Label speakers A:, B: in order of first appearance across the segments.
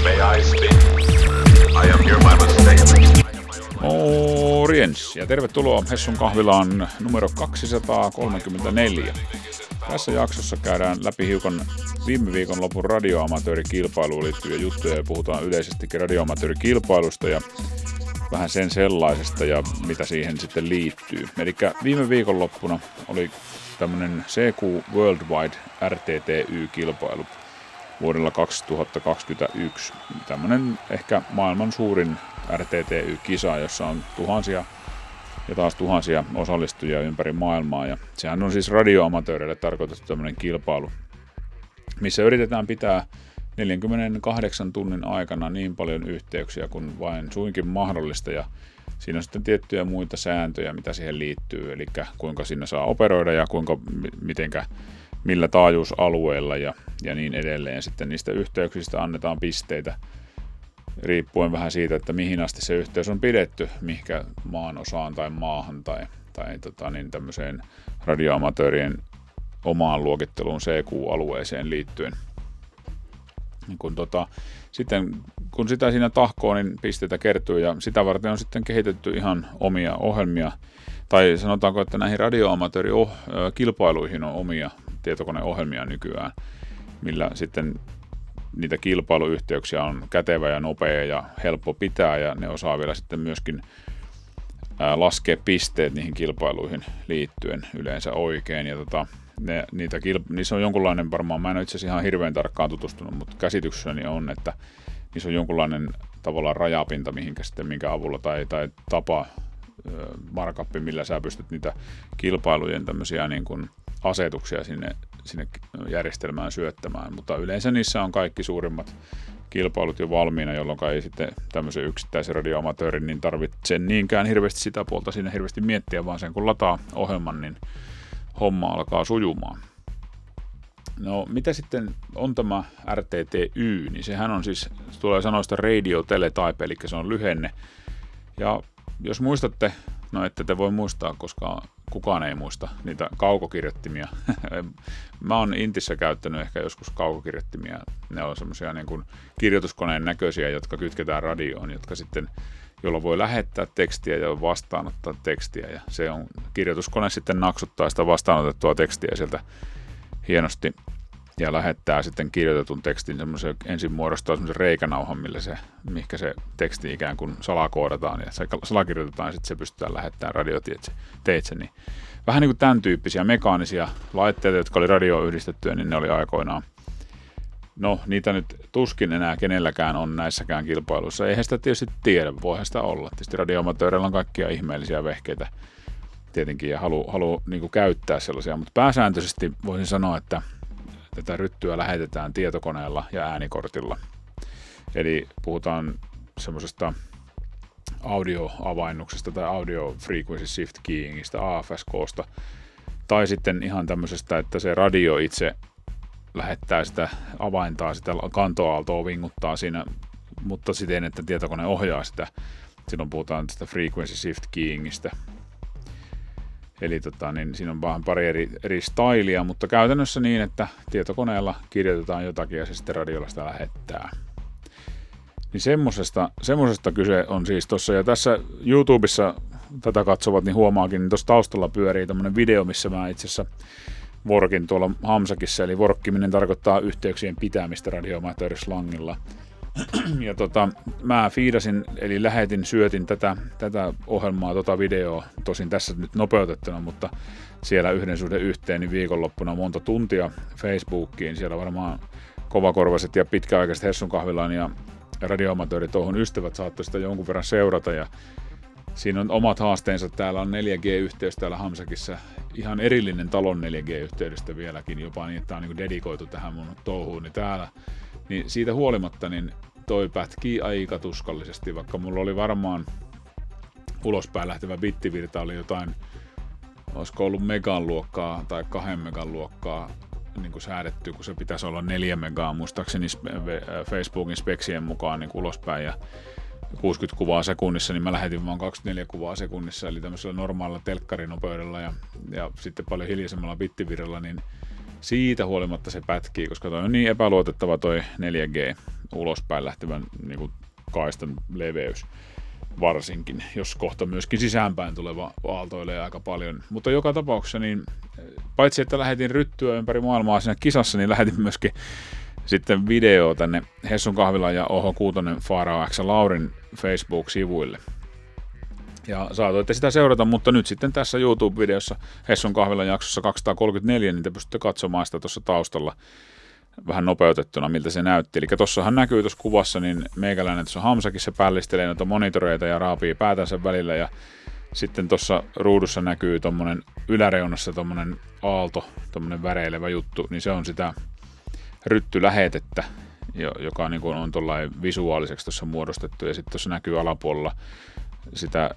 A: May I speak? I am hereby mistaken.
B: Morjens ja tervetuloa Hessun kahvilaan numero 234. Tässä jaksossa käydään läpi hiukan viime viikon lopun radioamatöörikilpailuun liittyviä juttuja ja puhutaan yleisestikin radioamatöörikilpailusta ja vähän sen sellaisesta ja mitä siihen sitten liittyy. Eli viime viikonloppuna oli tämmöinen CQ Worldwide RTTY-kilpailu vuodella 2021. Tämmöinen ehkä maailman suurin RTTY-kisa, jossa on tuhansia ja taas tuhansia osallistujia ympäri maailmaa. Ja sehän on siis radioamatööreille tarkoitettu tämmöinen kilpailu, missä yritetään pitää 48 tunnin aikana niin paljon yhteyksiä kuin vain suinkin mahdollista. Ja siinä on sitten tiettyjä muita sääntöjä, mitä siihen liittyy, eli kuinka sinne saa operoida ja millä taajuusalueella ja niin edelleen. Sitten niistä yhteyksistä annetaan pisteitä riippuen vähän siitä, että mihin asti se yhteys on pidetty, mihinkä maan osaan tai maahan tai tämmöiseen radioamatöörien omaan luokitteluun CQ-alueeseen liittyen. Sitten kun sitä siinä tahkoo, niin pisteitä kertyy ja sitä varten on sitten kehitetty ihan omia ohjelmia. Tai sanotaanko, että näihin radioamatöörikilpailuihin on omia tietokoneohjelmia nykyään, millä sitten niitä kilpailuyhteyksiä on kätevä ja nopea ja helppo pitää ja ne osaa vielä sitten myöskin laskea pisteet niihin kilpailuihin liittyen yleensä oikein. Ja niissä on jonkunlainen, varmaan mä en ole itse asiassa ihan hirveän tarkkaan tutustunut, mutta käsitykseni on, että niissä on jonkunlainen tavallaan rajapinta minkä avulla tai tapa markup, millä sä pystyt niitä kilpailujen tämmöisiä niin kuin asetuksia sinne järjestelmään syöttämään, mutta yleensä niissä on kaikki suurimmat kilpailut jo valmiina, jolloin ei sitten tämmöisen yksittäisen radioamatöörin niin tarvitse niinkään hirveästi sitä puolta siinä hirveästi miettiä, vaan sen kun lataa ohjelman, niin homma alkaa sujumaan. No mitä sitten on tämä RTTY, niin sehän on siis, se tulee sanoista Radio Teletype, eli se on lyhenne. Ja jos muistatte, no ette te voi muistaa, koska kukaan ei muista niitä kaukokirjoittimia. Mä oon Intissä käyttänyt ehkä joskus kaukokirjoittimia. Ne on semmoisia niin kuin kirjoituskoneen näköisiä, jotka kytketään radioon, jolla voi lähettää tekstiä ja vastaanottaa tekstiä. Ja se on, kirjoituskone sitten naksuttaa sitä vastaanotettua tekstiä sieltä hienosti ja lähettää sitten kirjoitetun tekstin ensin muodostaa semmoisen reikänauhan, mihinkä se teksti ikään kuin salakoodataan ja se salakirjoitetaan ja sitten se pystytään lähettämään radioteitse. Niin vähän niin kuin tämän tyyppisiä mekaanisia laitteita, jotka oli radioon yhdistettyjä, niin ne oli aikoinaan. No, niitä nyt tuskin enää kenelläkään on näissäkään kilpailuissa. Eihän sitä tietysti tiedä, voihan sitä olla. Tietysti radioamatööreillä on kaikkia ihmeellisiä vehkeitä tietenkin ja haluaa niin kuin käyttää sellaisia, mutta pääsääntöisesti voisin sanoa, että tätä ryttyä lähetetään tietokoneella ja äänikortilla. Eli puhutaan semmoisesta audioavainnuksesta tai audio frequency shift keyingistä, AFSKsta, tai sitten ihan tämmöisestä, että se radio itse lähettää sitä avaintaa, sitä kantoaaltoa vinguttaa siinä, mutta siten, että tietokone ohjaa sitä. Silloin puhutaan tästä frequency shift keyingistä. Eli niin siinä on vähän pari eri stylia, mutta käytännössä niin, että tietokoneella kirjoitetaan jotakin ja se sitten radiolla sitä lähettää. Niin semmosesta kyse on siis tuossa, ja tässä YouTubessa tätä katsovat, niin huomaakin, niin tuossa taustalla pyörii tämmöinen video, missä mä itse asiassa workin tuolla Hamsakissa, eli workkiminen tarkoittaa yhteyksien pitämistä radioamatöörislangilla. Ja mä fiidasin, eli syötin tätä ohjelmaa, videoa, tosin tässä nyt nopeutettuna, mutta siellä 1:1 niin viikonloppuna monta tuntia Facebookiin. Siellä varmaan kovakorvaiset ja pitkäaikaiset Hessun kahvilaan ja radioamatööritouhun ystävät saattoi sitä jonkun verran seurata. Ja siinä on omat haasteensa. Täällä on 4G-yhteys täällä Hamsakissa. Ihan erillinen talon 4G-yhteydestä vieläkin, jopa niin, että tämä on niin dedikoitu tähän mun touhuun. Niin siitä huolimatta niin toi pätkii aika tuskallisesti, vaikka mulla oli varmaan ulospäin lähtevä bittivirta oli jotain, olisiko ollut megan luokkaa tai 2 megan luokkaa niin kuin säädetty, kun se pitäisi olla 4 megaa muistaakseni Facebookin speksien mukaan niin ulospäin ja 60 kuvaa sekunnissa, niin mä lähetin vaan 24 kuvaa sekunnissa, eli tämmöisellä normaalilla telkkarinopeudella ja sitten paljon hiljaisemmalla bittivirralla, niin siitä huolimatta se pätkii, koska toi on niin epäluotettava toi 4G ulospäin lähtevän niin kuin kaistan leveys varsinkin, jos kohta myöskin sisäänpäin tuleva aaltoilee aika paljon. Mutta joka tapauksessa, niin paitsi että lähetin ryttyä ympäri maailmaa siinä kisassa, niin lähetin myöskin sitten video tänne Hessun kahvilan ja Oho Kuutonen Faarao X Laurin Facebook-sivuille. Ja saatoitte sitä seurata, mutta nyt sitten tässä YouTube-videossa Hessun kahvilan jaksossa 234, niin te pystytte katsomaan sitä tuossa taustalla vähän nopeutettuna, miltä se näytti. Eli tuossahan näkyy tuossa kuvassa, niin meikäläinen tuossa hamsakissa pällistelee noita monitoreita ja raapii päätänsä välillä. Ja sitten tuossa ruudussa näkyy tuommoinen yläreunassa tuommoinen aalto, tuommoinen väreilevä juttu, niin se on sitä ryttylähetettä, joka niin kuin on tuollainen visuaaliseksi tuossa muodostettu. Ja sitten tuossa näkyy alapuolella sitä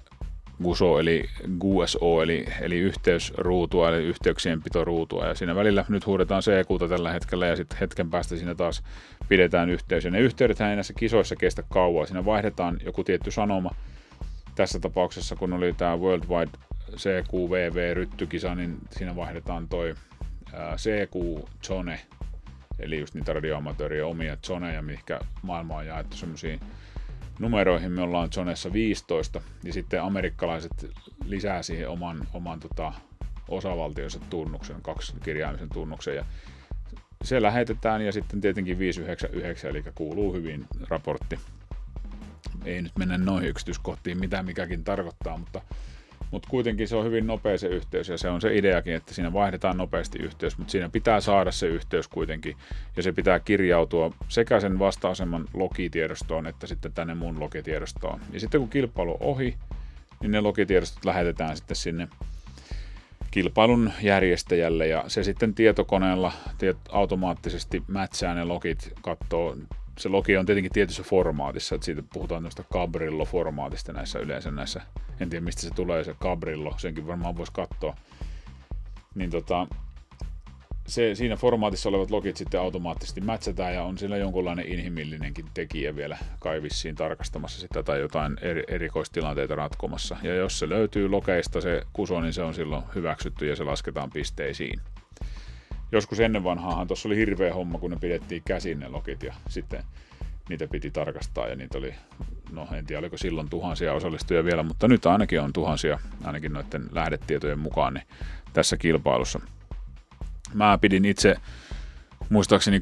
B: GUSO eli yhteysruutua, eli yhteyksien pitoruutua. Ja siinä välillä nyt huudetaan CQ:ta tällä hetkellä ja sitten hetken päästä siinä taas pidetään yhteys. Ja ne yhteydethän ei näissä kisoissa kestä kauan. Siinä vaihdetaan joku tietty sanoma. Tässä tapauksessa, kun oli tämä Worldwide CQVV-ryttykisa, niin siinä vaihdetaan toi CQ-zone, eli just niitä radioamatöörien omia zoneja, mihinkä maailma on jaettu semmoisiin numeroihin. Me ollaan zonessa 15, ja sitten amerikkalaiset lisää siihen oman osavaltionsa tunnuksen, 2-kirjaimisen tunnuksen, ja se lähetetään, ja sitten tietenkin 599, eli kuuluu hyvin raportti. Ei nyt mennä noihin yksityiskohtiin, mitä mikäkin tarkoittaa, mutta kuitenkin se on hyvin nopea se yhteys, ja se on se ideakin, että siinä vaihdetaan nopeasti yhteys, mutta siinä pitää saada se yhteys kuitenkin, ja se pitää kirjautua sekä sen vasta-aseman logitiedostoon, että sitten tänne mun logitiedostoon. Ja sitten kun kilpailu on ohi, niin ne logitiedostot lähetetään sitten sinne kilpailun järjestäjälle, ja se sitten tietokoneella automaattisesti mätsää ne logit, katsoo. Se logi on tietenkin tietyssä formaatissa, että siitä puhutaan tästä Cabrillo-formaatista yleensä näissä, en tiedä mistä se tulee se Cabrillo, senkin varmaan voisi katsoa. Niin siinä formaatissa olevat logit sitten automaattisesti mätsätään ja on siellä jonkunlainen inhimillinenkin tekijä vielä kai vissiin tarkastamassa sitä tai jotain erikoistilanteita ratkomassa. Ja jos se löytyy logeista se kuso, niin se on silloin hyväksytty ja se lasketaan pisteisiin. Joskus ennen vanhaahan tuossa oli hirveä homma, kun ne pidettiin käsin ne logit ja sitten niitä piti tarkastaa ja niitä oli, no en tiedä oliko silloin tuhansia osallistujia vielä, mutta nyt ainakin on tuhansia, ainakin noiden lähdetietojen mukaan niin tässä kilpailussa. Mä pidin itse muistaakseni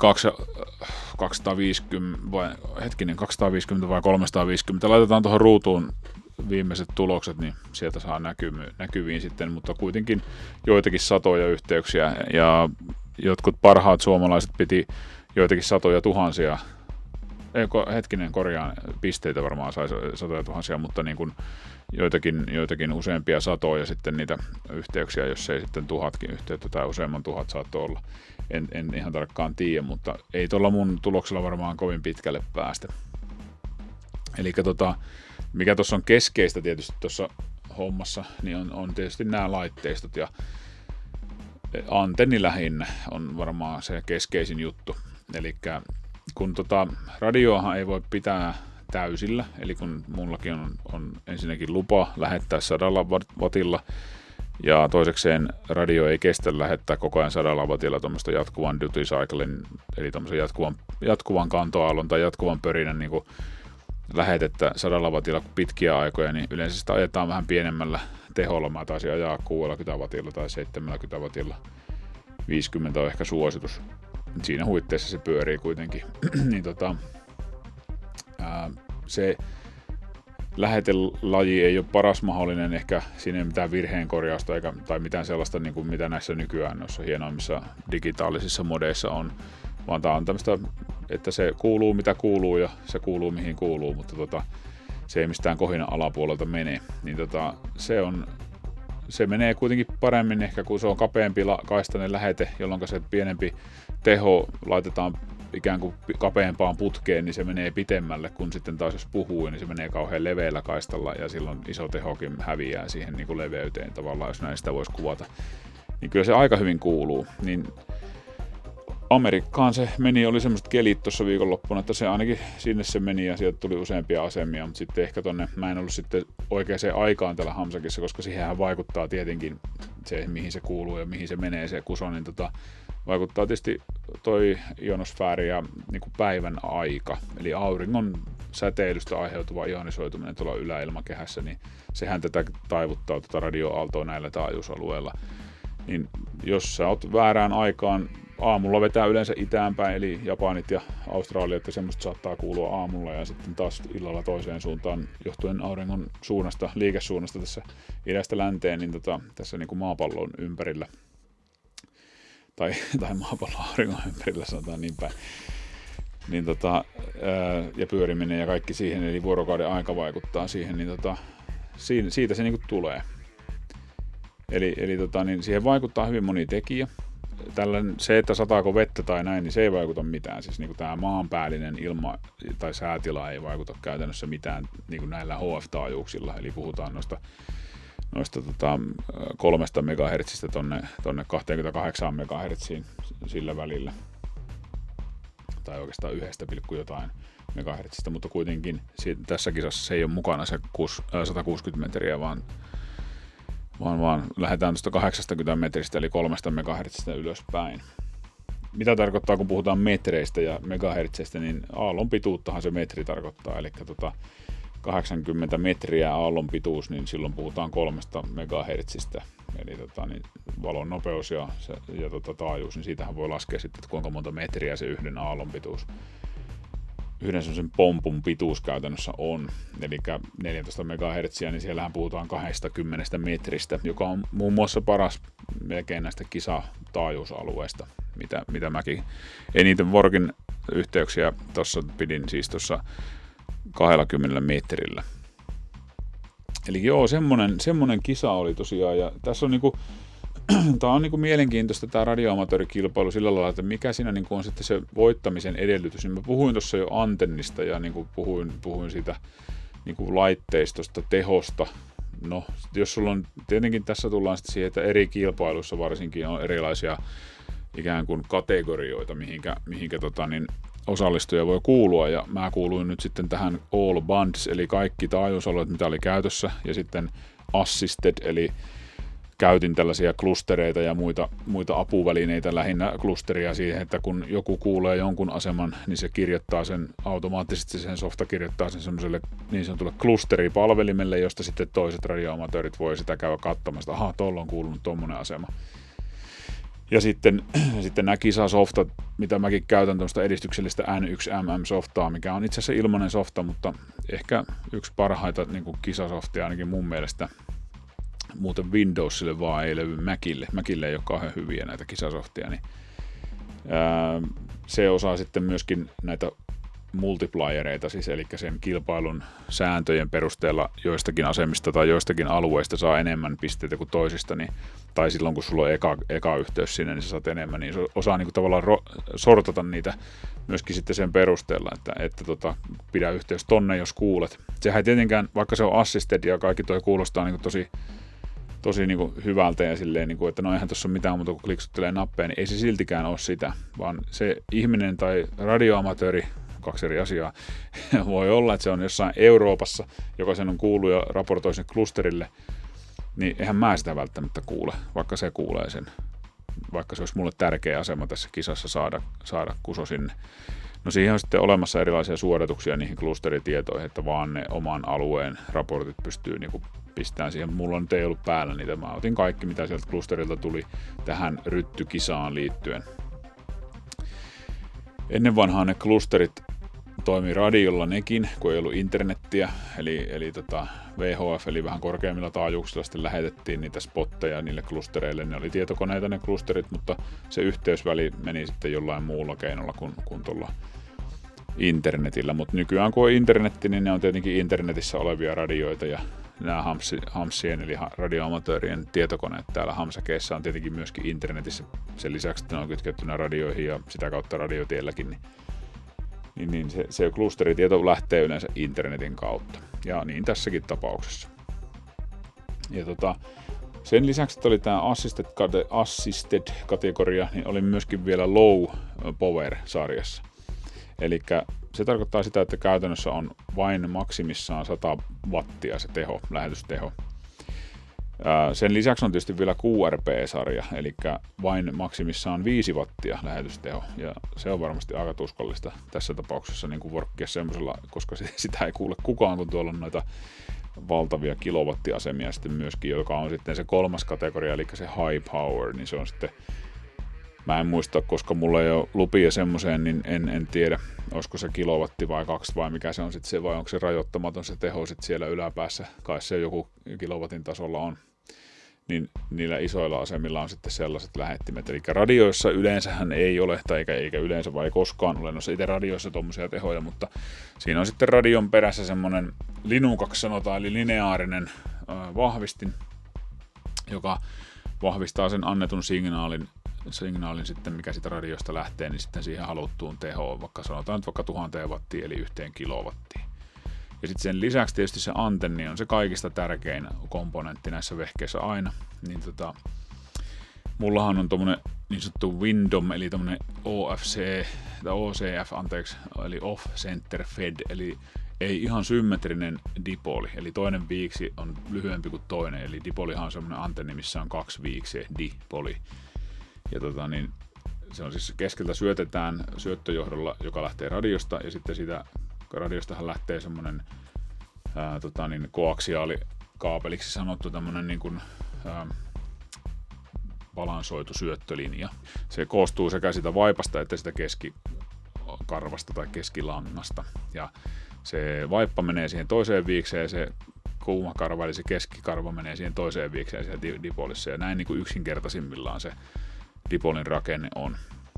B: 250 vai 350, laitetaan tuohon ruutuun viimeiset tulokset, niin sieltä saa näkyviin sitten, mutta kuitenkin joitakin satoja yhteyksiä ja jotkut parhaat suomalaiset piti joitakin satoja tuhansia, pisteitä varmaan sai satoja tuhansia, mutta niin kuin joitakin useampia satoja sitten niitä yhteyksiä, jos ei sitten 1000kin yhteyttä tai useamman 1000 saattoi olla. En ihan tarkkaan tiedä, mutta ei tuolla mun tuloksella varmaan kovin pitkälle päästä. Eli mikä tuossa on keskeistä tietysti tuossa hommassa, niin on tietysti nämä laitteistot ja antenni lähinnä on varmaan se keskeisin juttu. Eli kun radioahan ei voi pitää täysillä, eli kun mullakin on ensinnäkin lupa lähettää 100 wattilla, ja toisekseen radio ei kestä lähettää koko ajan 100 wattilla tuommoista jatkuvan duty cyclen, eli tuommoisen jatkuvan kantoaallon tai jatkuvan pörinän niin kuin lähetettä 100 wattilla pitkiä aikoja, niin yleensä sitä ajetaan vähän pienemmällä teholla. Mä taisin ajaa 60 wattilla tai 70 wattilla. 50 on ehkä suositus. Siinä huitteessa se pyörii kuitenkin. niin se lähetelaji ei ole paras mahdollinen, ehkä siinä ei ole mitään virheenkorjausta tai mitään sellaista, niin kuin mitä näissä nykyään noissa hienoimmissa digitaalisissa modeissa on, vaan tämä on tämmöistä, että se kuuluu mitä kuuluu ja se kuuluu mihin kuuluu, mutta se ei mistään kohinan alapuolelta mene. Niin se menee kuitenkin paremmin ehkä, kun se on kapeampi kaistainen lähete, jolloin se pienempi teho laitetaan ikään kuin kapeampaan putkeen, niin se menee pitemmälle, kun sitten taas jos puhuu, niin se menee kauhean leveällä kaistalla ja silloin iso tehokin häviää siihen niin kuin leveyteen tavallaan, jos näin sitä voisi kuvata. Niin kyllä se aika hyvin kuuluu. Niin Amerikkaan se meni, oli semmoiset kelit tuossa viikonloppuna, että se ainakin sinne se meni ja sieltä tuli useampia asemia, mutta sitten ehkä mä en ollut sitten oikeaan aikaan täällä Hamsakissa, koska siihenhän vaikuttaa tietenkin se, mihin se kuuluu ja mihin se menee se kuso, niin vaikuttaa tietysti toi ionosfääri ja niin kuin päivän aika, eli auringon säteilystä aiheutuva ionisoituminen tuolla yläilmakehässä, niin sehän tätä taivuttaa tätä radioaaltoa näillä taajuusalueilla. Niin jos sä oot väärään aikaan, aamulla vetää yleensä itäänpäin, eli Japanit ja Australiat ja semmoista saattaa kuulua aamulla ja sitten taas illalla toiseen suuntaan johtuen auringon suunnasta, liikesuunnasta tässä idästä länteen, niin tässä niin kuin maapallon ympärillä tai maapallon auringon ympärillä sanotaan niin päin. Niin ja pyöriminen ja kaikki siihen, eli vuorokauden aika vaikuttaa siihen, niin siitä se niinku tulee. Eli niin siihen vaikuttaa hyvin moni tekijä. Se, että sataako vettä tai näin, niin se ei vaikuta mitään. Siis niinku tämä maanpäällinen ilma tai säätila ei vaikuta käytännössä mitään niinku näillä HF-taajuuksilla. Eli puhutaan noista 3 MHz tonne 28 MHz sillä välillä. Tai oikeastaan 1, jotain megahertsistä, mutta kuitenkin tässä kisassa se ei ole mukana se 160 metriä, vaan lähdetään tuosta 80 metristä eli 3 megahertsistä ylöspäin. Mitä tarkoittaa, kun puhutaan metreistä ja megahertseistä, niin aallon pituuttahan se metri tarkoittaa, eli 80 metriä aallon pituus, niin silloin puhutaan 3 megahertsistä. Eli niin valon nopeus ja taajuus, niin siitähän voi laskea sitten, että kuinka monta metriä se yhden aallon pituus, yhden sellaisen pompun pituus käytännössä on. Eli 14 megahertsiä, niin siellähän puhutaan 20 metristä, joka on muun muassa paras melkein näistä kisataajuusalueista, mitä mäkin eniten Vorkin yhteyksiä tuossa pidin siis tuossa 20 metrillä. Eli joo, semmonen kisa oli tosiaan, ja tässä on tää on mielenkiintoista tää radioamatöörikilpailu sillä lailla, että mikä siinä on sitten se voittamisen edellytys. Mä puhuin tuossa jo antennista ja puhuin siitä laitteistosta, tehosta. No, jos sulla on, tietenkin tässä tullaan sitten siihen, että eri kilpailuissa varsinkin on erilaisia ikään kuin kategorioita, mihinkä osallistuja voi kuulua, ja mä kuuluin nyt sitten tähän all bands, eli kaikki taajuusalueet, mitä oli käytössä, ja sitten assisted, eli käytin tällaisia klustereita ja muita apuvälineitä, lähinnä klusteria siihen, että kun joku kuulee jonkun aseman, niin se kirjoittaa sen automaattisesti, sen softa kirjoittaa sen semmoiselle niin sanotulle klusteripalvelimelle, josta sitten toiset radioamatöörit voi sitä käydä katsomassa, että tuolla on kuulunut tommonen asema. Ja sitten nämä kisasoftat, mitä mäkin käytän tuosta edistyksellistä N1MM-softaa, mikä on itse asiassa ilmainen softa, mutta ehkä yksi parhaita kisasoftia ainakin mun mielestä. Muuten Windowsille vaan ei levy Macille. Macille ei ole kauhean hyviä näitä kisasoftia, niin se osaa sitten myöskin näitä multipliereita, siis eli sen kilpailun sääntöjen perusteella joistakin asemista tai joistakin alueista saa enemmän pisteitä kuin toisista, niin, tai silloin kun sulla on eka yhteys sinne, niin sä saat enemmän, niin se osaa tavallaan sortata niitä myöskin sitten sen perusteella, että pidä yhteys tonne, jos kuulet. Sehän ei tietenkään, vaikka se on assisted ja kaikki toi kuulostaa tosi hyvältä ja silleen, että no eihän tuossa ole mitään muuta kuin kliksuttelee nappeja, niin ei se siltikään ole sitä, vaan se ihminen tai radioamatööri, 2 eri asiaa, voi olla, että se on jossain Euroopassa, joka sen on kuullut ja raportoi sen klusterille, niin eihän mä sitä välttämättä kuule, vaikka se kuulee sen, vaikka se olisi mulle tärkeä asema tässä kisassa saada kuso sinne. No siihen on sitten olemassa erilaisia suorituksia niihin klusteritietoihin, että vaan ne oman alueen raportit pystyy pistämään siihen. Mulla nyt ei ollut päällä niitä, mä otin kaikki mitä sieltä klusterilta tuli tähän ryttykisaan liittyen. Ennen vanhaan ne klusterit toimi radiolla nekin, kun ei ollut internettiä, eli VHF, eli vähän korkeammilla taajuuksilla sitten lähetettiin niitä spotteja niille klustereille. Ne oli tietokoneita ne klusterit, mutta se yhteysväli meni sitten jollain muulla keinolla kuin tuolla internetillä. Mutta nykyään kun on internetti, niin ne on tietenkin internetissä olevia radioita, ja nämä Hamsien eli radioamatöörien tietokoneet täällä Hamsakeessa on tietenkin myöskin internetissä. Sen lisäksi, että ne on kytkettynä radioihin ja sitä kautta radiotielläkin, niin se klusteritieto lähtee yleensä internetin kautta. Ja niin tässäkin tapauksessa. Ja sen lisäksi, että oli tämä assisted-kategoria, niin oli myöskin vielä low power-sarjassa. Eli se tarkoittaa sitä, että käytännössä on vain maksimissaan 100 wattia se teho, lähetysteho. Sen lisäksi on tietysti vielä QRP-sarja, eli vain maksimissaan 5 wattia lähetysteho, ja se on varmasti aika tuskallista tässä tapauksessa niin kuin workkia semmoisella, koska sitä ei kuule kukaan, kun tuolla on noita valtavia kilowattiasemia sitten myöskin, joka on sitten se 3. kategoria, eli se high power, niin se on sitten, mä en muista, koska mulla ei ole lupia semmoiseen, niin en tiedä, olisiko se kilowatti vai 2 vai mikä se on sitten se, vai onko se rajoittamaton se teho sitten siellä yläpäässä, kai se joku kilowattin tasolla on, niin niillä isoilla asemilla on sitten sellaiset lähettimet, eli radioissa yleensähän ei ole, tai eikä yleensä vai koskaan ole noissa itse radioissa tuommoisia tehoja, mutta siinä on sitten radion perässä semmoinen linukaksi sanotaan, eli lineaarinen vahvistin, joka vahvistaa sen annetun signaalin sitten, mikä siitä radiosta lähtee, niin sitten siihen haluttuun tehoon, vaikka sanotaan nyt vaikka 1000 wattia, eli 1 kilowattiin. Ja sitten sen lisäksi tietysti se antenni on se kaikista tärkein komponentti näissä vehkeissä aina. Niin mullahan on tommonen niin sanottu Windom, eli tommonen OCF, eli Off Center Fed, eli ei ihan symmetrinen dipoli, eli toinen viiksi on lyhyempi kuin toinen, eli dipolihan on semmoinen antenni, missä on 2 viiksiä, dipoli. Ja se on siis keskeltä syötetään syöttöjohdolla, joka lähtee radiosta, ja sitten siitä radiostahan lähtee semmoinen koaksiaalikaapeliksi sanottu tämmöinen niin kuin balansoitu syöttölinja. Se koostuu sekä sitä vaipasta että sitä keskikarvasta tai keskilangasta. Ja se vaippa menee siihen toiseen viikseen ja se kuuma karva eli se keskikarva menee siihen toiseen viikseen siellä dipolissa. Ja näin niin kuin yksinkertaisimmillaan se dipolin rakenne on.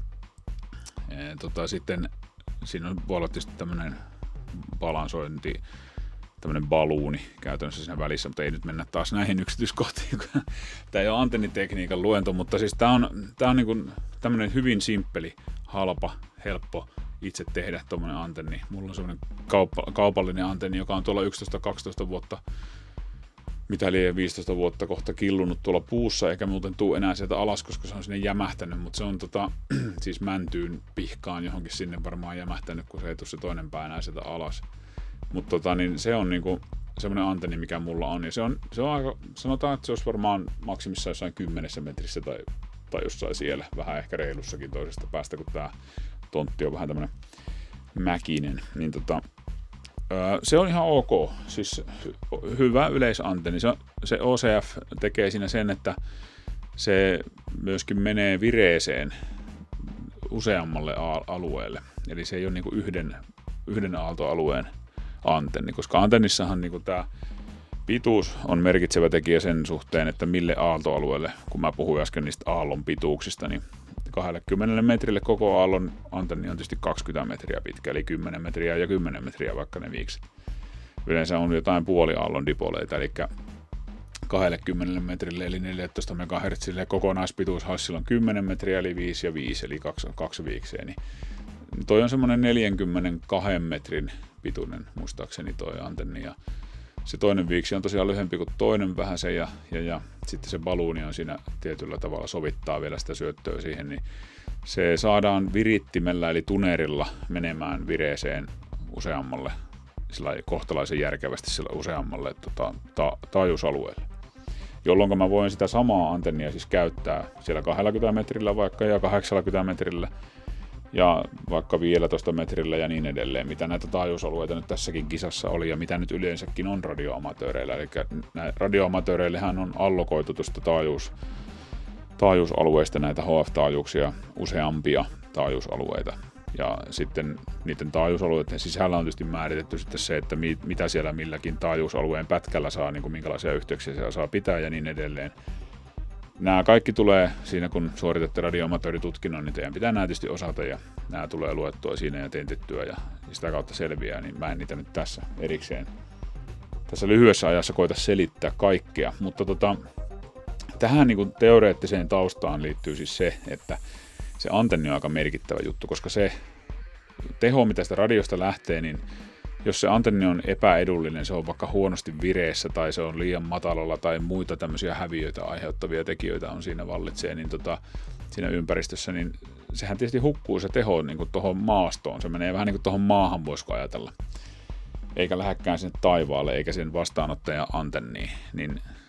B: Sitten siinä voi olla tietysti tämmöinen balansointi, tämmöinen baluuni käytännössä siinä välissä, mutta ei nyt mennä taas näihin yksityiskohtiin. Tämä ei ole antennitekniikan luento, mutta siis tämä on niin kuin tämmöinen hyvin simppeli, halpa, helppo itse tehdä tuommoinen antenni. Mulla on semmoinen kaupallinen antenni, joka on tuolla 11-12 vuotta, mitä liian 15 vuotta kohta killunut tuolla puussa, eikä muuten tuu enää sieltä alas, koska se on sinne jämähtänyt, mutta se on siis mäntyyn pihkaan johonkin sinne varmaan jämähtänyt, kun se ei tule se toinen pää enää sieltä alas. Mutta niin se on niinku semmoinen antenni, mikä mulla on, ja se on aika, sanotaan, että se olisi varmaan maksimissa jossain 10 metrissä tai jossain siellä, vähän ehkä reilussakin toisesta päästä, kun tää tontti on vähän tämmönen mäkinen, niin se on ihan ok, siis hyvä yleisantenni. Se OCF tekee siinä sen, että se myöskin menee vireeseen useammalle alueelle. Eli se ei ole niinku yhden aaltoalueen antenni, koska antennissahan niinku tämä pituus on merkitsevä tekijä sen suhteen, että mille aaltoalueelle, kun mä puhuin äsken niistä aallon pituuksista, niin 20 metrille koko aallon antenni on tietysti 20 metriä pitkä, eli 10 metriä ja 10 metriä vaikka ne viikset. Yleensä on jotain puoliaallon dipoleita, eli 20 metrille eli 14 MHz kokonaispituus on 10 metriä eli 5 ja 5 eli 2 viikseen. Niin toi on semmoinen 42 metrin pituinen muistaakseni toi antenni ja se toinen viiksi on tosiaan lyhempi kuin toinen vähän se ja sitten se baluuni on siinä tietyllä tavalla sovittaa vielä sitä syöttöä siihen, niin se saadaan virittimellä eli tunerilla menemään vireeseen useammalle, sillä kohtalaisen järkevästi sillä useammalle taajuusalueelle. Jolloin mä voin sitä samaa antennia siis käyttää siellä 20 metrillä vaikka ja 80 metrillä ja vaikka 15 metrillä ja niin edelleen, mitä näitä taajuusalueita nyt tässäkin kisassa oli ja mitä nyt yleensäkin on radioamatööreillä. Eli radioamatööreillähän on allokoitu tuosta taajuusalueista näitä HF-taajuuksia useampia taajuusalueita. Ja sitten niiden taajuusalueiden sisällä on tietysti määritetty sitten se, että mitä siellä milläkin taajuusalueen pätkällä saa, niin kuin minkälaisia yhteyksiä siellä saa pitää ja niin edelleen. Nämä kaikki tulee siinä, kun suoritatte radioamatööritutkinnon, niin teidän pitää nämä tietysti osata ja nämä tulee luettua siinä ja tentettyä ja sitä kautta selviää, niin mä en niitä nyt tässä erikseen tässä lyhyessä ajassa koita selittää kaikkea, mutta tähän niin kuin teoreettiseen taustaan liittyy siis se, että se antenni on aika merkittävä juttu, koska se teho, mitä sitä radiosta lähtee, niin jos se antenni on epäedullinen, se on vaikka huonosti vireessä tai se on liian matalalla tai muita tämmöisiä häviöitä aiheuttavia tekijöitä on siinä vallitsee, niin siinä ympäristössä, niin sehän tietysti hukkuu se teho niin kuin tuohon maastoon. Se menee vähän niin kuin tuohon maahan, voisiko ajatella. Eikä lähdekään sinne taivaalle eikä sen vastaanottajan antenniin. Niin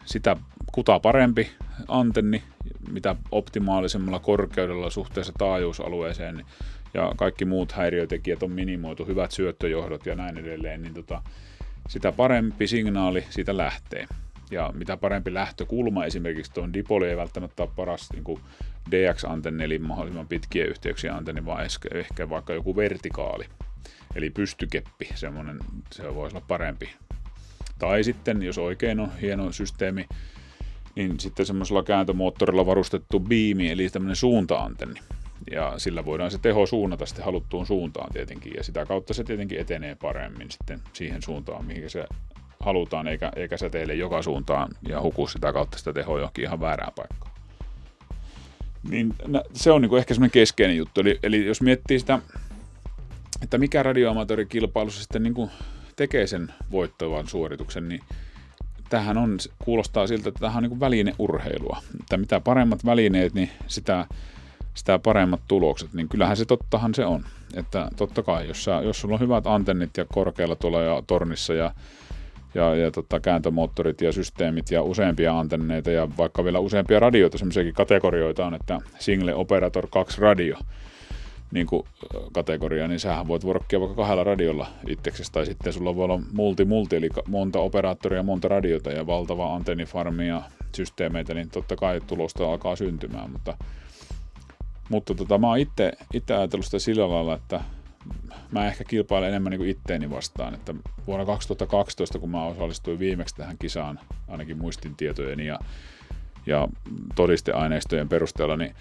B: sitä kuta parempi antenni, mitä optimaalisemmalla korkeudella suhteessa taajuusalueeseen ja kaikki muut häiriötekijät on minimoitu, hyvät syöttöjohdot ja näin edelleen, niin sitä parempi signaali siitä lähtee. Ja mitä parempi lähtökulma, esimerkiksi tuon dipoli ei välttämättä ole paras niin kuin DX-antenni, eli mahdollisimman pitkien yhteyksien antenni, vaan ehkä vaikka joku vertikaali, eli pystykeppi, semmoinen, se voisi olla parempi. Tai sitten, jos oikein on hieno systeemi, niin sitten semmoisella kääntömoottorilla varustettu biimi, eli tämmöinen suunta-antenni. Ja sillä voidaan se teho suunnata sitten haluttuun suuntaan tietenkin, ja sitä kautta se tietenkin etenee paremmin sitten siihen suuntaan, mihin se halutaan, eikä säteile joka suuntaan ja huku sitä kautta sitä tehoa johonkin ihan väärään paikkaan. Niin se on niinku ehkä semmoinen keskeinen juttu. Eli jos miettii sitä, että mikä radioamatöörikilpailussa sitten niinku tekee sen voittavan suorituksen, niin tämähän kuulostaa siltä, että tämähän on niinku välineurheilua. Että mitä paremmat välineet, niin sitä paremmat tulokset, niin kyllähän tottahan se on. Että totta kai, jos sulla on hyvät antennit ja korkealla tuolla ja tornissa ja kääntömoottorit ja systeemit ja useampia antenneita ja vaikka vielä useampia radioita, semmoisiakin kategorioita on, että Single Operator 2 radio niin kuin kategoria, niin sähän voit workkia vaikka 2 radiolla itseksesi, tai sitten sulla voi olla multi, eli monta operaattoria, monta radiota ja valtava antennifarmi ja systeemeitä, niin totta kai tulosta alkaa syntymään, mutta mä oon itse ajatellut sitä sillä lailla, että mä ehkä kilpailen enemmän niin kuin itteeni vastaan, että vuonna 2012, kun mä osallistuin viimeksi tähän kisaan, ainakin muistintietojen ja todisteaineistojen perusteella, niin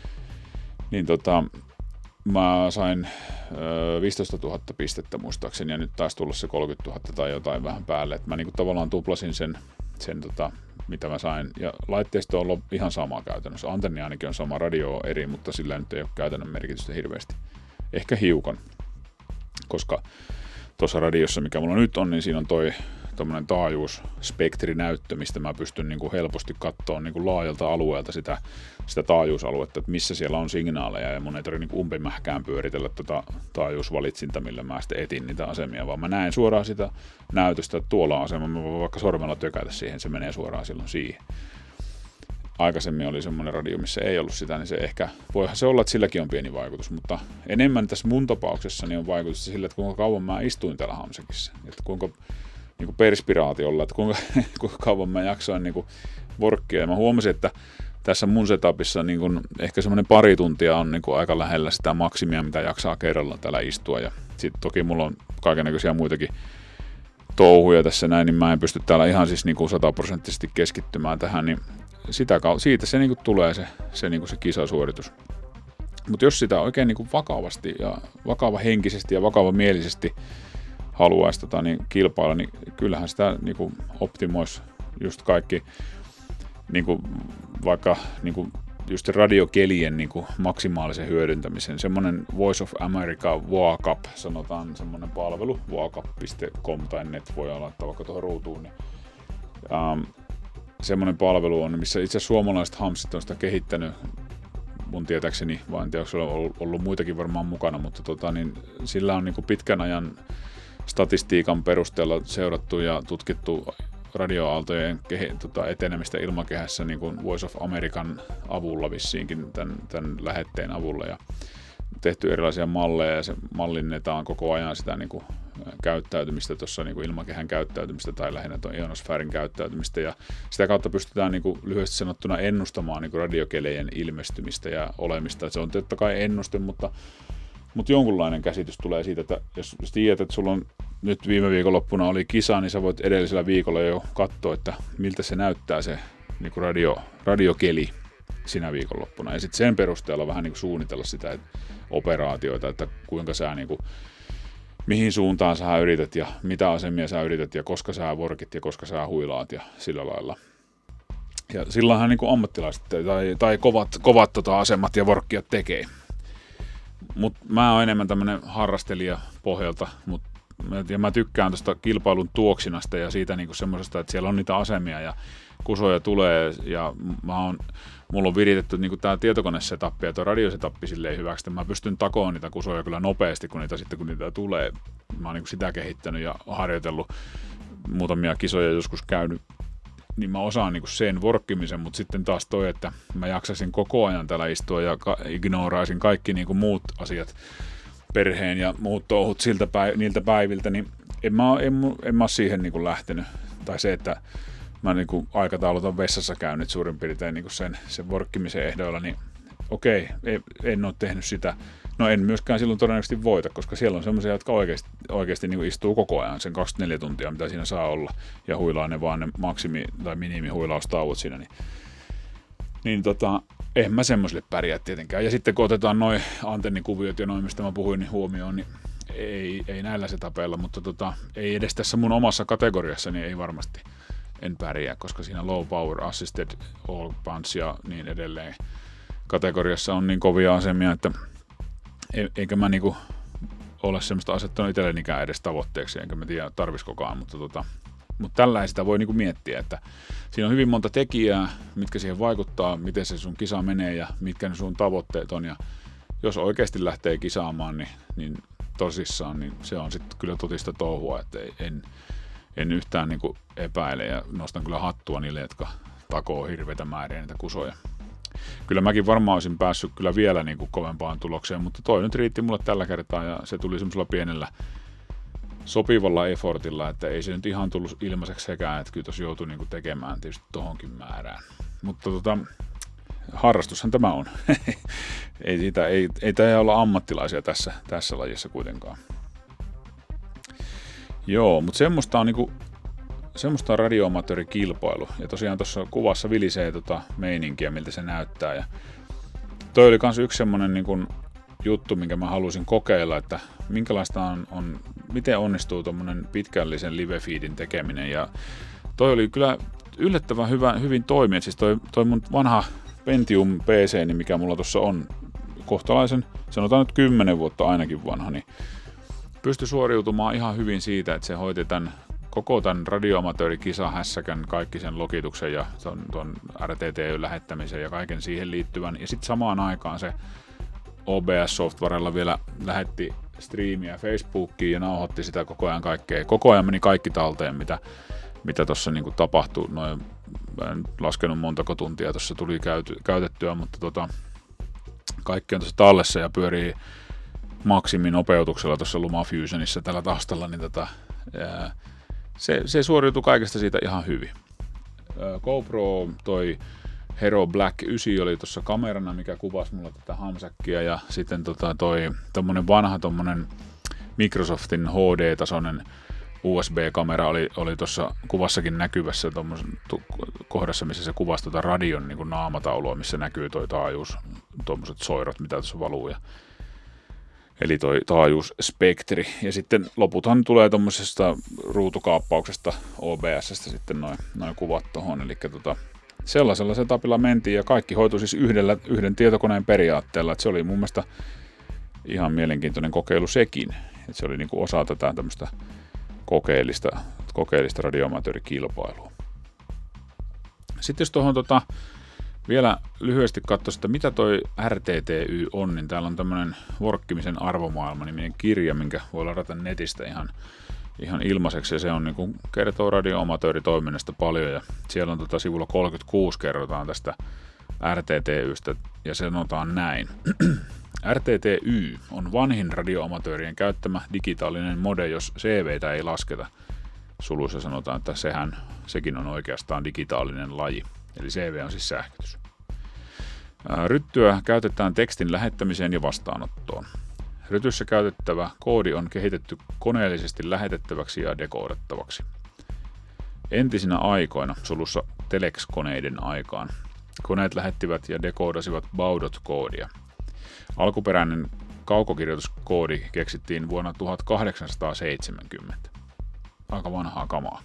B: mä sain 15 000 pistettä muistaakseni, ja nyt taisi tulla se 30 000 tai jotain vähän päälle, että mä niin kuin tavallaan tuplasin sen mitä mä sain, ja laitteisto on ollut ihan sama käytännössä. Antenni ainakin on sama, radio on eri, mutta sillä nyt ei ole käytännön merkitystä hirveästi. Ehkä hiukan, koska tuossa radiossa, mikä mulla nyt on, niin siinä on tommonen taajuusspektrinäyttö, mistä mä pystyn niin kuin helposti katsomaan niin kuin laajalta alueelta sitä taajuusaluetta, että missä siellä on signaaleja, ja mun ei tarvitse niin kuin umpimähkään pyöritellä taajuusvalitsinta, millä mä sitten etin niitä asemia, vaan mä näen suoraan sitä näytöstä, että tuolla on asema, mä voin vaikka sormella tökätä siihen, se menee suoraan silloin siihen. Aikaisemmin oli semmoinen radio, missä ei ollut sitä, niin voihan se olla, että silläkin on pieni vaikutus, mutta enemmän tässä mun tapauksessa niin on vaikutus sillä, että kuinka kauan mä istuin täällä Hamsekissa, että kuinka niin kuin perspiraatiolla, että kuinka kauan mä jaksoin niin kuin workkia, ja mä huomasin, että tässä mun setupissa niin kuin ehkä semmoinen 2 tuntia on niin kuin aika lähellä sitä maksimia, mitä jaksaa kerralla täällä istua, ja sitten toki mulla on kaikennäköisiä muitakin touhuja tässä näin, niin mä en pysty täällä ihan siis niin kuin 100% keskittymään tähän, niin siitä se niin kuin tulee se kisasuoritus. Mutta jos sitä oikein niin kuin vakavasti ja vakavahenkisesti ja vakavamielisesti haluaisi niin kilpailla, niin kyllähän sitä niin kuin optimoisi just kaikki, niin kuin vaikka niin kuin just radiokelien niin kuin maksimaalisen hyödyntämisen. Semmoinen Voice of America VoaCup, sanotaan semmoinen palvelu, voacup.com tai net voi laittaa vaikka tuohon ruutuun, niin semmoinen palvelu on, missä itse asiassa suomalaiset hamsit on sitä kehittänyt, mun tietääkseni, vaan en tiedä, onko siellä ollut muitakin varmaan mukana, mutta niin sillä on niin kuin pitkän ajan statistiikan perusteella seurattu ja tutkittu radioaaltojen etenemistä ilmakehässä niin kuin Voice of American avulla vissiinkin, tämän lähetteen avulla, ja tehty erilaisia malleja, ja se mallinnetaan koko ajan sitä niin kuin käyttäytymistä tuossa niin kuin ilmakehän käyttäytymistä tai lähinnä tuon ionosfäärin käyttäytymistä, ja sitä kautta pystytään niin kuin lyhyesti sanottuna ennustamaan niin kuin radiokelejen ilmestymistä ja olemista. Se on totta kai ennuste, mutta jonkunlainen käsitys tulee siitä, että jos tiedät, että sulla on nyt viime viikonloppuna oli kisa, niin sä voit edellisellä viikolla jo katsoa, että miltä se näyttää se niin kuin radiokeli sinä viikonloppuna, ja sitten sen perusteella vähän niin kuin suunnitella sitä operaatioita, että kuinka sä niin kuin, mihin suuntaan sä yrität ja mitä asemia sä yrität ja koska sä workit ja koska sä huilaat ja sillä lailla. Ja sillähän niin kuin ammattilaiset tai kovat asemat ja workkiat tekee. Mutta mä oon enemmän tämmönen harrastelija pohjalta, ja mä tykkään tuosta kilpailun tuoksinasta ja siitä niinku semmoisesta, että siellä on niitä asemia ja kusoja tulee, ja mulla on viritetty niinku tää tietokonesetappi ja tuo radiosetappi silleen hyväksi, että mä pystyn takoon niitä kusoja kyllä nopeasti, kun niitä tulee. Mä oon niinku sitä kehittänyt ja harjoitellut, muutamia kisoja joskus käynyt niin mä osaan niin kuin sen workkimisen, mutta sitten taas toi, että mä jaksaisin koko ajan täällä istua ja ignoraisin kaikki niin kuin muut asiat, perheen ja muut touhut niiltä päiviltä, niin en mä ole siihen niin kuin lähtenyt. Tai se, että mä niin kuin aikataulutan vessassa käynyt suurin piirtein niin kuin sen workkimisen ehdoilla, niin okei, en ole tehnyt sitä. No en myöskään silloin todennäköisesti voita, koska siellä on semmoisia, jotka oikeasti niin kuin istuu koko ajan sen 24 tuntia, mitä siinä saa olla, ja huilaa ne vaan ne maksimi- tai minimihuilaustauot siinä. Niin en mä semmoiselle pärjää tietenkään. Ja sitten kun otetaan noi antennikuviot ja noin, mistä mä puhuin, niin huomioon, niin ei näillä se tapeilla, mutta ei edes tässä mun omassa kategoriassa, niin ei varmasti en pärjää, koska siinä low power assisted all punch ja niin edelleen kategoriassa on niin kovia asemia, että eikä mä niinku ole semmoista asettanut itsellenikään edes tavoitteeksi, enkä mä tiedä tarviskokaan, mutta tällä sitä voi niinku miettiä, että siinä on hyvin monta tekijää, mitkä siihen vaikuttaa, miten se sun kisa menee ja mitkä ne sun tavoitteet on, ja jos oikeasti lähtee kisaamaan, niin tosissaan, niin se on sitten kyllä totista touhua, että en yhtään niinku epäile, ja nostan kyllä hattua niille, jotka takoo hirveitä määriä niitä kusoja. Kyllä mäkin varmaan olisin päässyt kyllä vielä niin kuin kovempaan tulokseen, mutta toi nyt riitti mulle tällä kertaa, ja se tuli semmoisella pienellä sopivalla effortilla, että ei se nyt ihan tullut ilmaiseksi sekään, että kyllä tuossa joutui niin kuin tekemään tietysti tohonkin määrään. Mutta harrastushan tämä on. ei tämä olla ammattilaisia tässä lajissa kuitenkaan. Joo, mutta semmoista on radioamatöörikilpailu, ja tosiaan tuossa kuvassa vilisee meininkiä, miltä se näyttää, ja toi oli kans yksi semmonen niin kun juttu, minkä mä halusin kokeilla, että minkälaista on miten onnistuu tommonen pitkällisen live-feedin tekeminen, ja toi oli kyllä yllättävän hyvin toimia, siis toi mun vanha Pentium PC, mikä mulla tuossa on kohtalaisen, sanotaan nyt 10 vuotta ainakin vanha, niin pystyi suoriutumaan ihan hyvin siitä, että se hoiti koko tämän radioamatöörikisahässäkän, kaikki sen logituksen ja tuon RTT-lähettämisen ja kaiken siihen liittyvän. Ja sitten samaan aikaan se OBS-softwarella vielä lähetti striimiä Facebookiin ja nauhoitti sitä koko ajan kaikkea. Koko ajan meni kaikki talteen, mitä tuossa niinku tapahtui. En laskenut montako tuntia tuossa tuli käytettyä, mutta kaikki on tuossa tallessa ja pyörii maksiminopeutuksella tuossa LumaFusionissa tällä taustalla, niin se suoriutui kaikesta siitä ihan hyvin. GoPro toi Hero Black 9 oli tuossa kamerana, mikä kuvasi mulle tätä hamsäkkiä, ja sitten tommonen vanha Microsoftin HD-tasoinen USB-kamera oli tuossa kuvassakin näkyvässä kohdassa, missä se kuvasi radion niin kuin naamataulua, missä näkyy toi taajuus, tuommoiset soirot, mitä tuossa valuu. Eli toi taajuusspektri. Ja sitten loputhan tulee tuommoisesta ruutukaappauksesta OBS:stä sitten noin kuvat tohon. Eli sellaisella setupilla mentiin, ja kaikki hoitui siis yhden tietokoneen periaatteella. Että se oli mun mielestä ihan mielenkiintoinen kokeilu sekin. Että se oli niinku osa tätä tämmöistä kokeellista radioamatöörikilpailua. Sitten jos tuohon vielä lyhyesti katsoisi, että mitä toi RTTY on, niin täällä on tämmöinen Workkimisen arvomaailma-niminen kirja, minkä voi ladata netistä ihan ilmaiseksi, ja se on niin kertoo radioamatööritoiminnasta paljon, ja siellä on sivulla 36 kerrotaan tästä RTTYstä, ja se sanotaan näin. RTTY on vanhin radioamatöörien käyttämä digitaalinen mode, jos CVtä ei lasketa. Suluissa sanotaan, että sekin on oikeastaan digitaalinen laji. Eli CV on siis sähkötys. Ryttyä käytetään tekstin lähettämiseen ja vastaanottoon. Rytyssä käytettävä koodi on kehitetty koneellisesti lähetettäväksi ja dekoodattavaksi. Entisinä aikoina, sulussa telex-koneiden aikaan, koneet lähettivät ja dekoodasivat Baudot-koodia. Alkuperäinen kaukokirjoituskoodi keksittiin vuonna 1870. Aika vanhaa kamaa.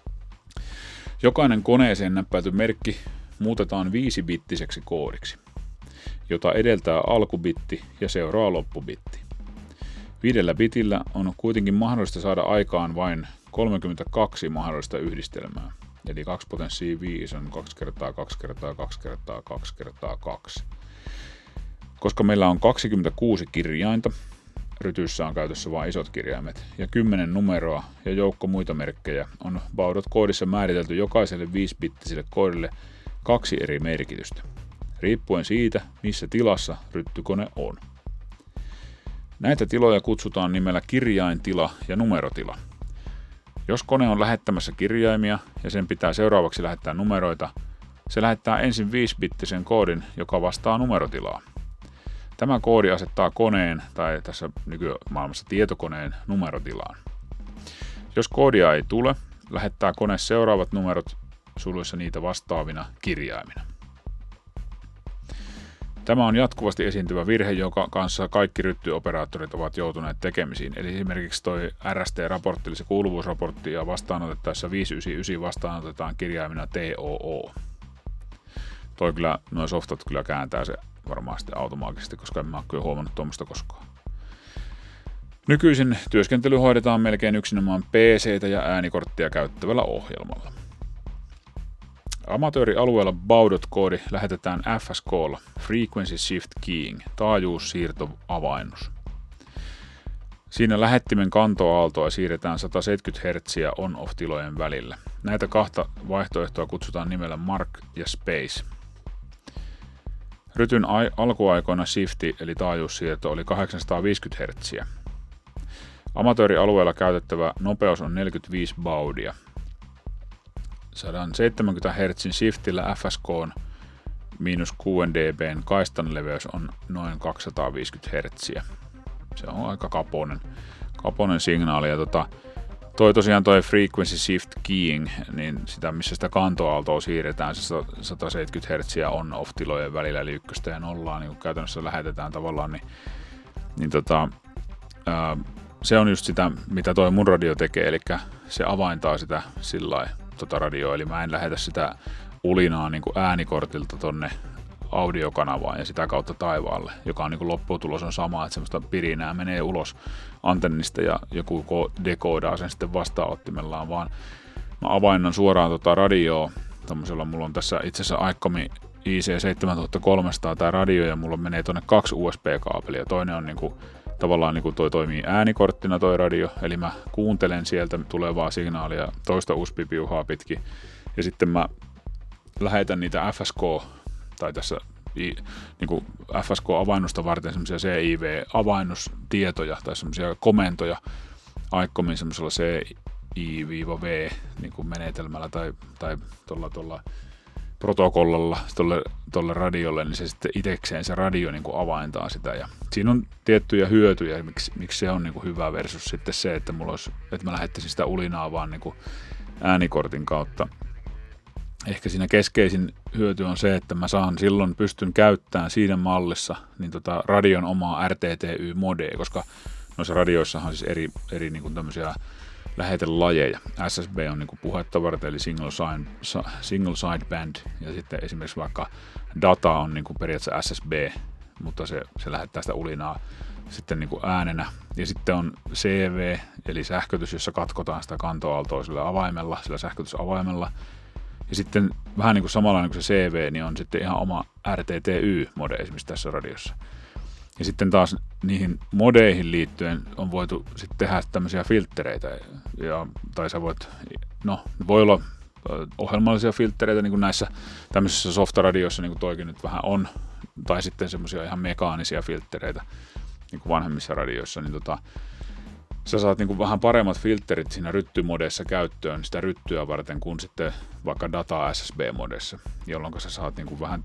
B: Jokainen koneeseen näppäilty merkki muutetaan 5-bittiseksi koodiksi, jota edeltää alkubitti ja seuraa loppubitti. 5 bitillä on kuitenkin mahdollista saada aikaan vain 32 mahdollista yhdistelmää, eli 2 potenssiin 5 on 2 kertaa 2 kertaa 2 kertaa 2 kertaa 2. Koska meillä on 26 kirjainta, rytyssä on käytössä vain isot kirjaimet, ja 10 numeroa ja joukko muita merkkejä on Baudot-koodissa määritelty jokaiselle 5-bittiselle koodille 2 eri merkitystä, riippuen siitä, missä tilassa ryttykone on. Näitä tiloja kutsutaan nimellä kirjaintila ja numerotila. Jos kone on lähettämässä kirjaimia ja sen pitää seuraavaksi lähettää numeroita, se lähettää ensin 5-bittisen koodin, joka vastaa numerotilaa. Tämä koodi asettaa koneen, tai tässä nykymaailmassa tietokoneen, numerotilaan. Jos koodia ei tule, lähettää kone seuraavat numerot suluissa niitä vastaavina kirjaimina. Tämä on jatkuvasti esiintyvä virhe, joka kanssa kaikki ryttyoperaattorit ovat joutuneet tekemisiin. Eli esimerkiksi toi RST-raportti, eli se kuuluvuusraportti, ja vastaanotettaessa 599 vastaanotetaan kirjaimina TOO. Toi kyllä, nuo softat kyllä kääntää se varmaan sitten automaattisesti, koska en mä ole kyllä huomannut tuommoista koskaan. Nykyisin työskentely hoidetaan melkein yksinomaan PC:tä ja äänikorttia käyttävällä ohjelmalla. Amatöörialueella Baudot-koodi lähetetään FSK:lla, Frequency Shift Keying, taajuussiirtoavainnus. Siinä lähettimen kantoaaltoa siirretään 170 Hz on-off-tilojen välillä. Näitä kahta vaihtoehtoa kutsutaan nimellä Mark ja Space. Rytyn alkuaikoina shifti eli taajuussiirto oli 850 Hz. Amatöörialueella käytettävä nopeus on 45 baudia. 170 Hz shiftillä FSK:n -6 dB:n kaistan leveys on noin 250 Hz. Se on aika kaponen signaali. Ja toi Frequency Shift Keying, niin sitä, missä sitä kantoaaltoa siirretään, se 170 Hz on-off-tilojen välillä, eli 1 ja 0, niin käytännössä lähetetään tavallaan, se on just sitä, mitä toi mun radio tekee, eli se avaintaa sitä sillai radioa, eli mä en lähetä sitä ulinaa niin kuin äänikortilta tonne audiokanavaan ja sitä kautta taivaalle, joka on niin kuin lopputulos on sama, että semmoista pirinää menee ulos antennista ja joku dekoodaa sen sitten vastaanottimellaan, vaan mä avainnan suoraan radioa. Tommosella mulla on tässä itse asiassa Aikomi IC7300 tää radio ja mulla menee tonne 2 USB-kaapelia. Toinen on niinku, tavallaan niinku toi toimii äänikorttina toi radio, eli mä kuuntelen sieltä tulevaa signaalia toista USB-piuhaa pitkin ja sitten mä lähetän niitä FSK tai tässä niinku FSK-avainnusta varten semmoisia CIV-avainnustietoja tai semmoisia komentoja Aikomin semmoisella CI-V niinku menetelmällä tai tuolla protokollalla tolle radiolle, niin se sitten itsekseen se radio niinku avaintaa sitä. Ja siinä on tiettyjä hyötyjä, miksi se on niinku hyvä versus sitten se, että mä lähettäisin sitä ulinaa vaan niinku äänikortin kautta. Ehkä siinä keskeisin hyöty on se, että mä pystyn käyttämään siinä mallissa niin radion omaa RTTY-modea, koska noissa radioissahan on siis eri niin kuin tämmöisiä lähetelajeja. SSB on niin kuin puhetta varten, eli single sideband, ja sitten esimerkiksi vaikka data on niin kuin periaatteessa SSB, mutta se lähettää sitä ulinaa sitten niin kuin äänenä. Ja sitten on CV, eli sähkötys, jossa katkotaan sitä kantoaaltoa sillä sähkötysavaimella. Ja sitten vähän niin kuin samanlainen kuin se CV, niin on sitten ihan oma RTTY-mode esimerkiksi tässä radiossa. Ja sitten taas niihin modeihin liittyen on voitu sitten tehdä tämmöisiä filttereitä. Tai sä voi olla ohjelmallisia filttereitä niin kuin näissä tämmöisissä softaradioissa, niin kuin toikin nyt vähän on. Tai sitten semmoisia ihan mekaanisia filttereitä niin kuin vanhemmissa radioissa, niin sä saat niinku vähän paremmat filterit siinä ryttymodessa käyttöön sitä ryttyä varten kuin sitten vaikka data SSB-modessa, jolloin sä saat niinku vähän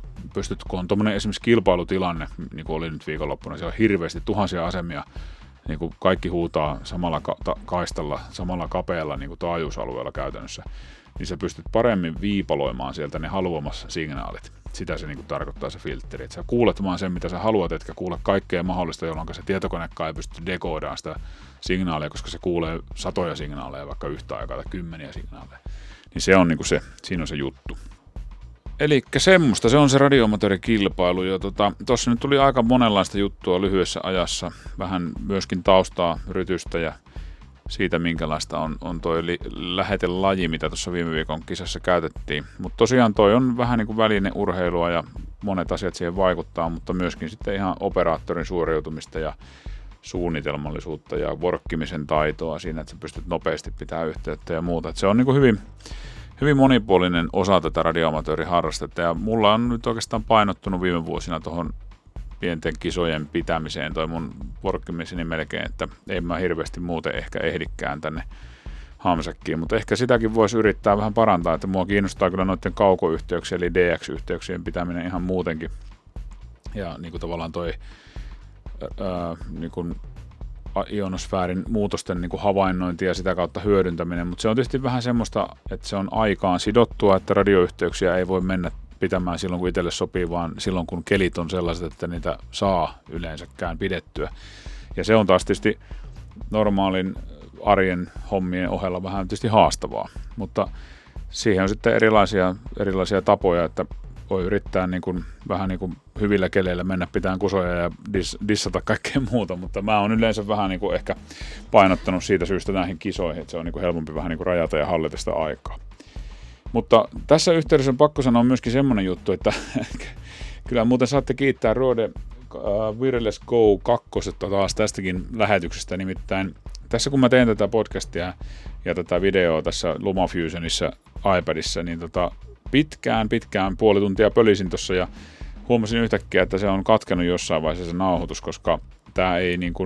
B: kun on tommonen esimerkiksi kilpailutilanne, niin kuin oli nyt viikonloppuna, siellä on hirveästi tuhansia asemia, niin kuin kaikki huutaa samalla kaistalla, samalla kapealla niin kuin taajuusalueella käytännössä, niin sä pystyt paremmin viipaloimaan sieltä ne haluamassa signaalit. Sitä se niin kuin tarkoittaa se filtteri, että sä kuulet vaan sen, mitä sä haluat, etkä kuule kaikkea mahdollista, jolloin se tietokonekaan ei pysty dekoodaamaan sitä signaalia, koska se kuulee satoja signaaleja, vaikka yhtä aikaa tai 10 signaaleja. Niin se on niin kuin siinä on se juttu. Elikkä semmoista, se on se radioamatöörikilpailu, ja tossa nyt tuli aika monenlaista juttua lyhyessä ajassa, vähän myöskin taustaa rytystä ja siitä, minkälaista on toi lähetelaji, mitä tuossa viime viikon kisassa käytettiin. Mutta tosiaan toi on vähän niin kuin välineurheilua ja monet asiat siihen vaikuttaa, mutta myöskin sitten ihan operaattorin suoriutumista ja suunnitelmallisuutta ja workkimisen taitoa siinä, että sä pystyt nopeasti pitämään yhteyttä ja muuta. Että se on niin kuin hyvin monipuolinen osa tätä radioamatööriharrastetta, ja mulla on nyt oikeastaan painottunut viime vuosina tuohon pienten kisojen pitämiseen toi mun workkimiseni melkein, että ei mä hirveästi muuten ehkä ehdikään tänne Hamsäkkiin, mutta ehkä sitäkin voisi yrittää vähän parantaa, että mua kiinnostaa kyllä noiden kaukoyhteyksien eli DX-yhteyksien pitäminen ihan muutenkin, ja niin kuin tavallaan toi niin kuin ionosfäärin muutosten niin kuin havainnointi ja sitä kautta hyödyntäminen, mutta se on tietysti vähän semmoista, että se on aikaan sidottua, että radioyhteyksiä ei voi mennä pitämään silloin, kun itselle sopii, vaan silloin, kun kelit on sellaiset, että niitä saa yleensäkään pidettyä. Ja se on taas tietysti normaalin arjen hommien ohella vähän tietysti haastavaa, mutta siihen on sitten erilaisia tapoja, että voi yrittää niin kuin, vähän niin kuin hyvillä keleillä mennä pitämään kusoja ja dissata kaikkea muuta, mutta mä oon yleensä vähän niin kuin ehkä painottanut siitä syystä näihin kisoihin, että se on niin kuin helpompi vähän niin kuin rajata ja hallita sitä aikaa. Mutta tässä yhteydessä on pakko sanoa myöskin semmoinen juttu, että kyllä muuten saatte kiittää Rode Wireless Go 2 taas tästäkin lähetyksestä, nimittäin tässä kun mä teen tätä podcastia ja tätä videoa tässä LumaFusionissa iPadissa, niin pitkään puoli tuntia pölisin tuossa ja huomasin yhtäkkiä, että se on katkenut jossain vaiheessa se nauhoitus, koska tämä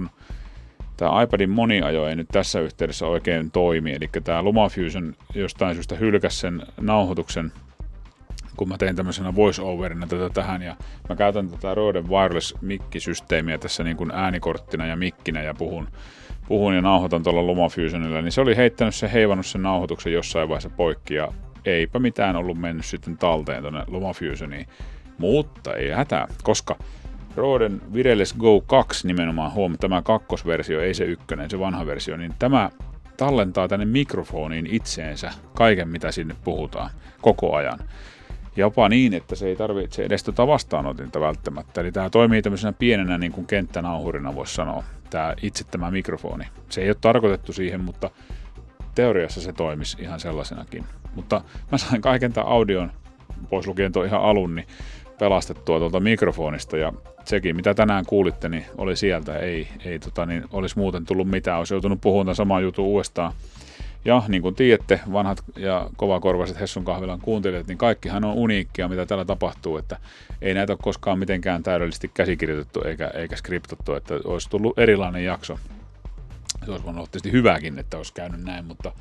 B: iPadin moniajo ei nyt tässä yhteydessä oikein toimi, eli tämä LumaFusion jostain syystä hylkäsi sen nauhoituksen, kun mä tein tämmöisenä voice-overina tätä tähän, ja mä käytän tätä Rode Wireless-mikkisysteemiä tässä niin kuin äänikorttina ja mikkinä, ja puhun ja nauhoitan tuolla LumaFusionilla, niin se oli heivannut sen nauhoituksen jossain vaiheessa poikki, ja eipä mitään ollut mennyt sitten talteen tuonne LumaFusioniin, mutta ei hätää, koska Roden Wireless Go 2 nimenomaan, tämä kakkosversio, ei se ykkönen, se vanha versio, niin tämä tallentaa tänne mikrofoniin itseensä kaiken, mitä sinne puhutaan koko ajan. Jopa niin, että se ei tarvitse edes vastaanotinta välttämättä. Eli tämä toimii tämmöisenä pienenä niin kuin kenttänauhurina, voisi sanoa, tämä mikrofoni. Se ei ole tarkoitettu siihen, mutta teoriassa se toimisi ihan sellaisenakin. Mutta mä sain kaiken tämän audion, pois lukien tuon ihan alun, niin pelastettua tuolta mikrofonista, ja sekin, mitä tänään kuulitte, niin oli sieltä. Ei olisi muuten tullut mitään, olisi joutunut puhumaan tämän saman jutun uudestaan. Ja niin kuin tiedätte, vanhat ja kovakorvaiset Hessun kahvilan kuuntelijat, niin kaikkihan on uniikkia, mitä täällä tapahtuu, että ei näitä ole koskaan mitenkään täydellisesti käsikirjoitettu eikä skriptattu, että olisi tullut erilainen jakso. Se olisi voinut olla tietysti hyväkin, että olisi käynyt näin, mutta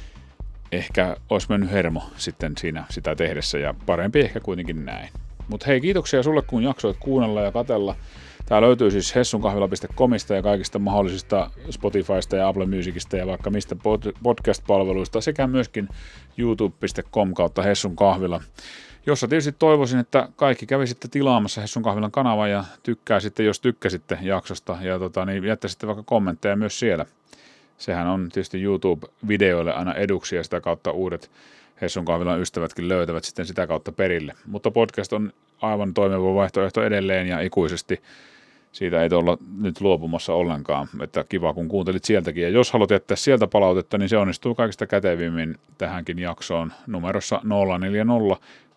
B: ehkä olisi mennyt hermo sitten siinä sitä tehdessä, ja parempi ehkä kuitenkin näin. Mutta hei, kiitoksia sulle, kun jaksoit kuunnella ja katsella. Tää löytyy siis hessunkahvila.comista ja kaikista mahdollisista Spotifysta ja Apple Musicista ja vaikka mistä podcast-palveluista sekä myöskin youtube.com kautta Hessun kahvila, jossa tietysti toivoisin, että kaikki kävisitte tilaamassa Hessun kahvilan kanavan ja tykkäisitte, jos tykkäsitte jaksosta, ja niin jättäisitte vaikka kommentteja myös siellä. Sehän on tietysti YouTube-videoille aina eduksi ja sitä kautta uudet Hessun kahvilan ystävätkin löytävät sitten sitä kautta perille. Mutta podcast on aivan toimiva vaihtoehto edelleen ja ikuisesti. Siitä ei olla nyt luopumassa ollenkaan, että kiva kun kuuntelit sieltäkin. Ja jos haluat jättää sieltä palautetta, niin se onnistuu kaikista kätevimmin tähänkin jaksoon numerossa 040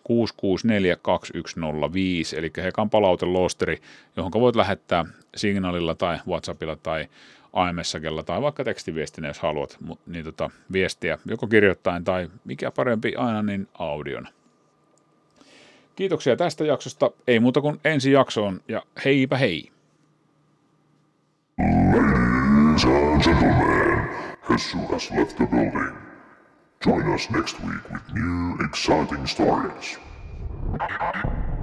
B: 664 2105, eli Hekan palauteloosteri, johon voit lähettää signaalilla tai WhatsAppilla tai iMessagella tai vaikka tekstiviestinä, jos haluat, niin viestiä joko kirjoittain tai mikä parempi aina, niin audiona. Kiitoksia tästä jaksosta, ei muuta kuin ensi jaksoon, ja heipä hei!
C: Ladies and gentlemen, Hessu has left the building. Join us next week with new exciting stories.